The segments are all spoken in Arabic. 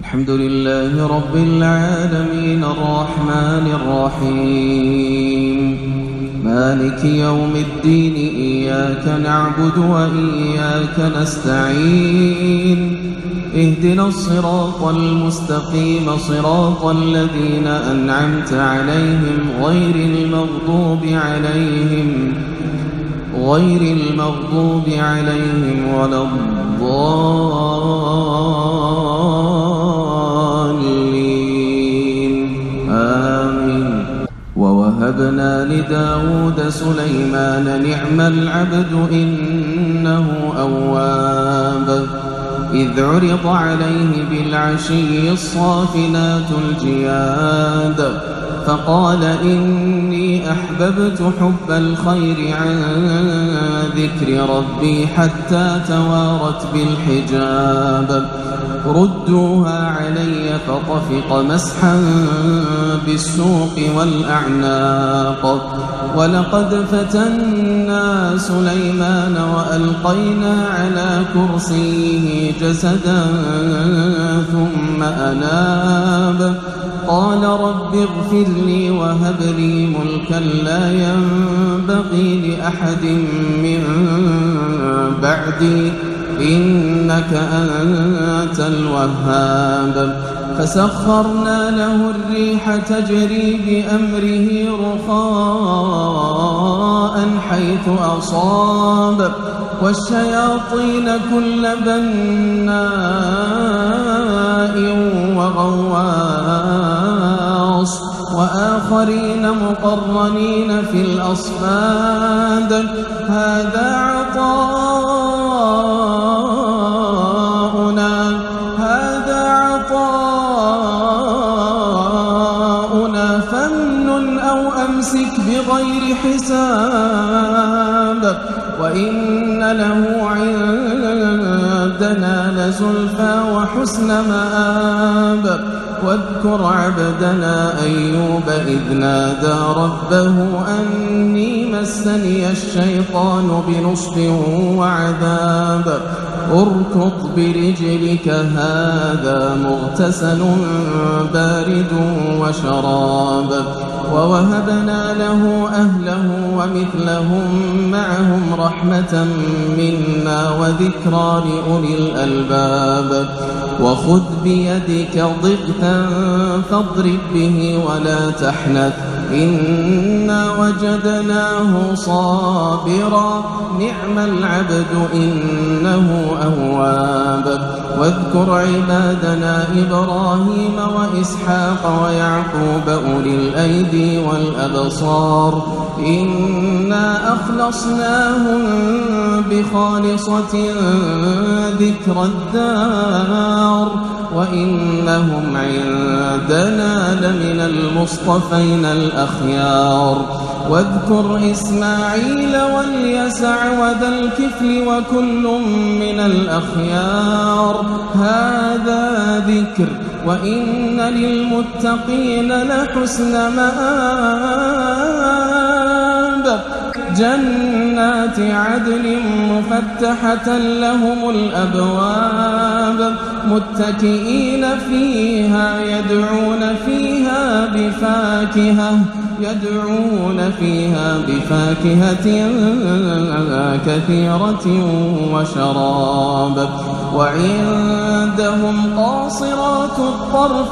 الحمد لله رب العالمين الرحمن الرحيم مالك يوم الدين إياك نعبد وإياك نستعين اهدنا الصراط المستقيم صراط الذين أنعمت عليهم غير المغضوب عليهم ولا الضالين آمين. ووهبنا لداود سليمان نعم العبد إنه أواب إذ عرض عليه بالعشي الصافنات الجياد فقال إني أحببت حب الخير عن ذكر ربي حتى توارت بالحجاب ردوها علي فطفق مسحا بالسوق والأعناق ولقد فتنا سليمان وألقينا على كرسيه جسدا ثم أناب قال رب اغفر لي وهب لي ملكا لا ينبغي لأحد من بعدي إنك أنت الوهاب فسخرنا له الريح تجري بأمره رخاء حيث أصاب والشياطين كل بناء وغواص وآخرين مقرنين في الأصفاد هذا عطاؤنا فمن أو أمسك بغير حساب وإن له عندنا لزلفى وحسن مآب واذكر عبدنا أيوب إذ نادى ربه أني مسني الشيطان بنصب وعذاب اركض برجلك هذا مغتسل بارد وشراب ووهبنا له أهله ومثلهم معهم رحمة منا وذكرى لأولي الألباب وخذ بيدك ضغثا فاضرب به ولا تحنث إنا وجدناه صابرا نعم العبد إنه أواب واذكر عبادنا إبراهيم وإسحاق ويعقوب أولي الأيدي والأبصار إنا أخلصناهم بخالصة ذكر الدار وإنهم عندنا لمن المصطفين الأخيار واذكر إسماعيل واليسع وذا الكفل وكل من الأخيار هذا ذكر وإن للمتقين لحسن مآب جنات عدن مفتحة لهم الأبواب متكئين فيها يدعون فيها بفاكهة كثيرة وشراب وعندهم قاصرات الطرف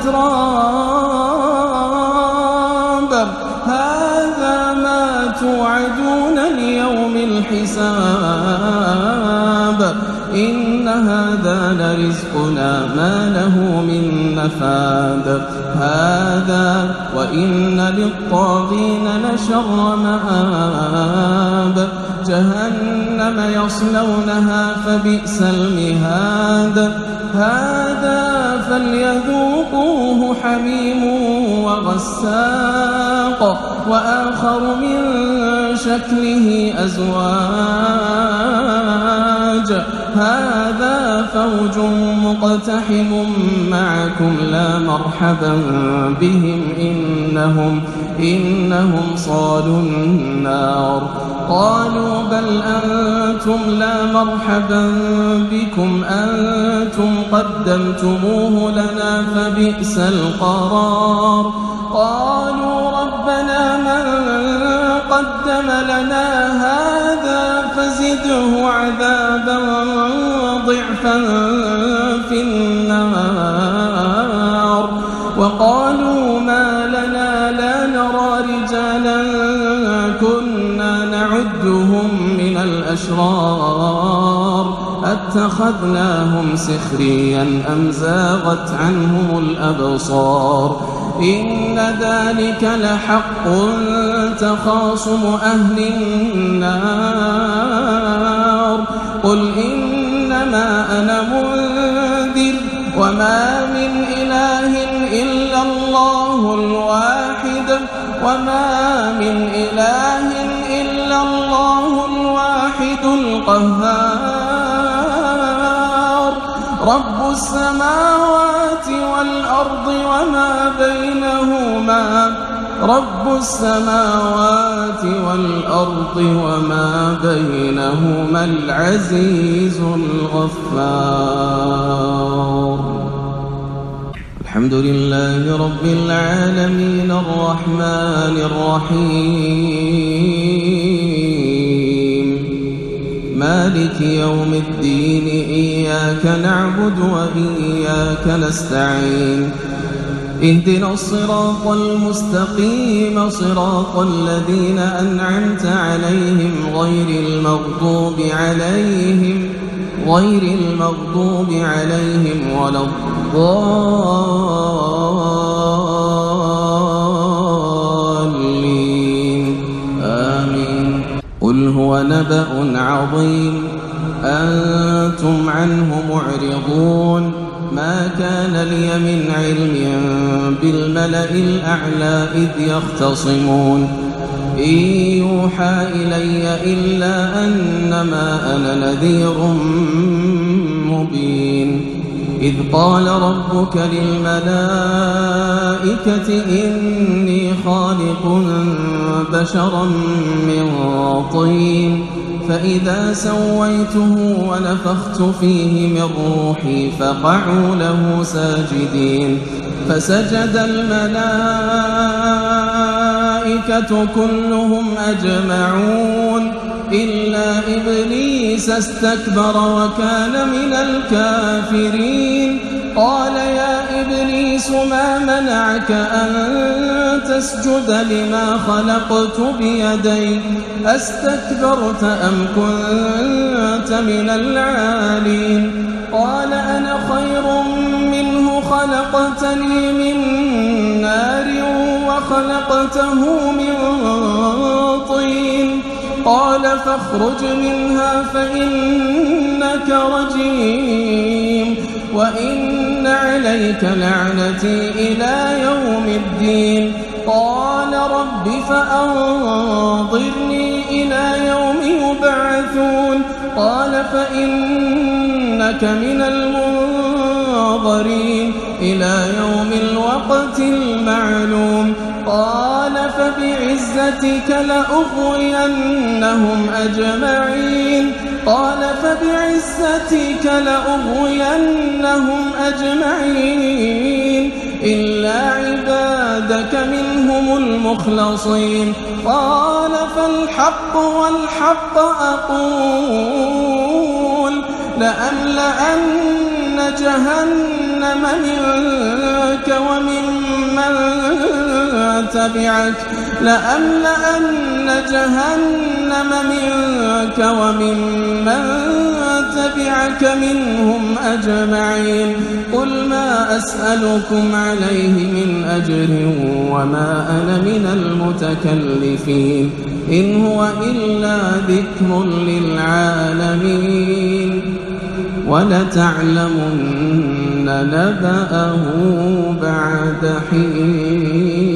أتراب هذا ما توعدون ليوم الحساب إن هذا لرزقنا ما له من نفاد هذا وإن للطاغين لشر مآب جهنم يصلونها فبئس المهاد هذا فليذوقوه حميم وغساق وآخر من شكله أزواج هذا فوج مقتحم معكم لا مرحبا بهم إنهم صالوا النار قالوا بل أنتم لا مرحبا بكم أنتم قدمتموه لنا فبئس القرار قالوا ربنا من قدم لنا هذا فزده عذابا ضعفا في النار وقالوا ما لنا لا نرى رجالا كنا نعدهم من الأشرار أتخذناهم سخريا أم زاغت عنهم الأبصار إن ذلك لحق تخاصم أهل النار قل إنما أنا منذر وما من إله إلا الله الواحد القهار رب السماوات والأرض وما بينهما العزيز الغفار الحمد لله رب العالمين الرحمن الرحيم مالك يوم الدين إياك نعبد وإياك نستعين اهدنا الصراط المستقيم صراط الذين أنعمت عليهم غير المغضوب عليهم ولا الضالين آمين قل هو نبأ عظيم أنتم عنه معرضون ما كان لي من علم بالملأ الأعلى إذ يختصمون إن يوحى إلي إلا أنما أنا نذير مبين إذ قال ربك للملائكة إني خالق بشرا من طين فإذا سويته ونفخت فيه من روحي فقعوا له ساجدين فسجد الملائكة كلهم أجمعون إلا إبليس استكبر وكان من الكافرين قال يا إبليس ما منعك أن تسجد لما خلقت بيدي أستكبرت أم كنت من العالين قال أنا خير منه خلقتني من نار وخلقته من طين قال فاخرج منها فإنك رجيم وإن عليك لعنتي إلى يوم الدين قال رب فأنظرني إلى يوم يبعثون قال فإنك من المنظرين إلى يوم الوقت المعلوم قال فبعزتك لأغوينهم أجمعين إلا عبادك منهم المخلصين قال فالحق والحق أقول لأملأن جهنم منك وممن تبعك منهم أجمعين قل ما أسألكم عليه من أجر وما أنا من المتكلفين إن هو إلا ذكر للعالمين ولتعلمن نبأه بعد حين